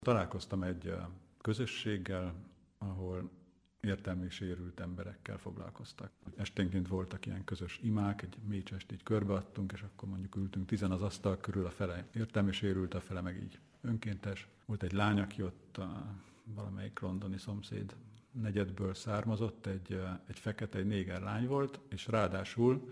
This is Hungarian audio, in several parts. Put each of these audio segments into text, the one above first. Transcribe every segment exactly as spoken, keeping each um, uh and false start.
Találkoztam egy közösséggel, ahol értelmi sérült emberekkel foglalkoztak. Esténként voltak ilyen közös imák, egy mécsest így körbeadtunk, és akkor mondjuk ültünk tizen az asztal körül, a fele értelmi sérült, a fele meg így önkéntes. Volt egy lány, aki ott a valamelyik londoni szomszéd negyedből származott, egy, egy fekete, egy néger lány volt, és ráadásul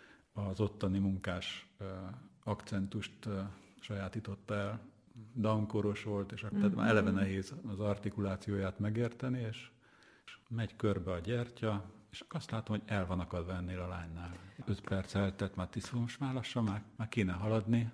az ottani munkás akcentust sajátította el, downkoros volt, és akkor mm-hmm. eleve nehéz az artikulációját megérteni, és, és megy körbe a gyertya, és azt látom, hogy el van akadva ennél a lánynál. Öt perc eltett, már tisztul, most már lassan, már, már kéne haladni,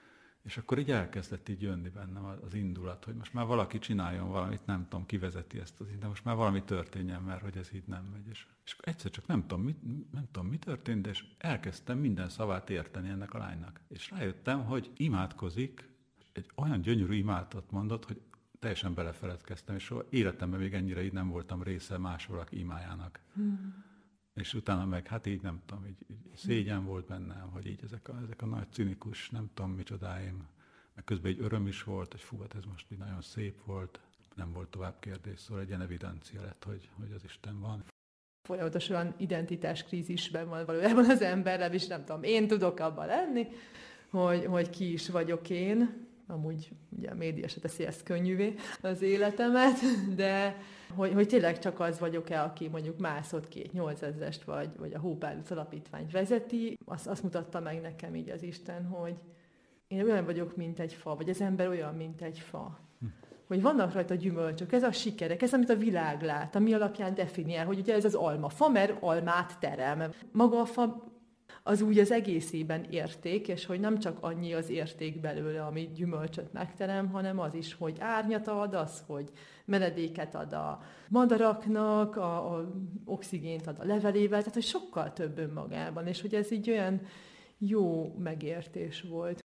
és akkor így elkezdett így jönni bennem az indulat, hogy most már valaki csináljon valamit, nem tudom, kivezeti ezt az de most már valami történjen, mert hogy ez így nem megy. És, és egyszer csak nem tudom, mit, nem tudom, mi történt, és elkezdtem minden szavát érteni ennek a lánynak. És rájöttem, hogy imádkozik, egy olyan gyönyörű imádatot mondott, hogy teljesen belefeledkeztem, és soha életemben még ennyire így nem voltam része más valaki imájának. Hmm. És utána meg, hát így nem tudom, így, így szégyen volt bennem, hogy így ezek a, ezek a nagy cinikus, nem tudom micsodáim, meg közben egy öröm is volt, hogy fú, hát ez most így nagyon szép volt, nem volt tovább kérdés, szóval egy ilyen evidencia lett, hogy, hogy az Isten van. Folyamatosan identitáskrízisben van valójában az ember, és nem tudom, én tudok abban lenni, hogy, hogy ki is vagyok én. Amúgy ugye a média se teszi ezt könnyűvé az életemet, de hogy, hogy tényleg csak az vagyok-e, aki mondjuk mászott két nyolcezrest, vagy, vagy a Hópálc alapítványt vezeti, azt, azt mutatta meg nekem így az Isten, hogy én olyan vagyok, mint egy fa, vagy az ember olyan, mint egy fa. Hm. Hogy vannak rajta gyümölcsök, ez a sikerek, ez amit a világ lát, ami alapján definiál, hogy ugye ez az almafa, mert almát terem. Maga a fa az úgy az egészében érték, és hogy nem csak annyi az érték belőle, ami gyümölcsöt megterem, hanem az is, hogy árnyat ad, az, hogy menedéket ad a madaraknak, a, a oxigént ad a levelével, tehát hogy sokkal több önmagában, és hogy ez így olyan jó megértés volt.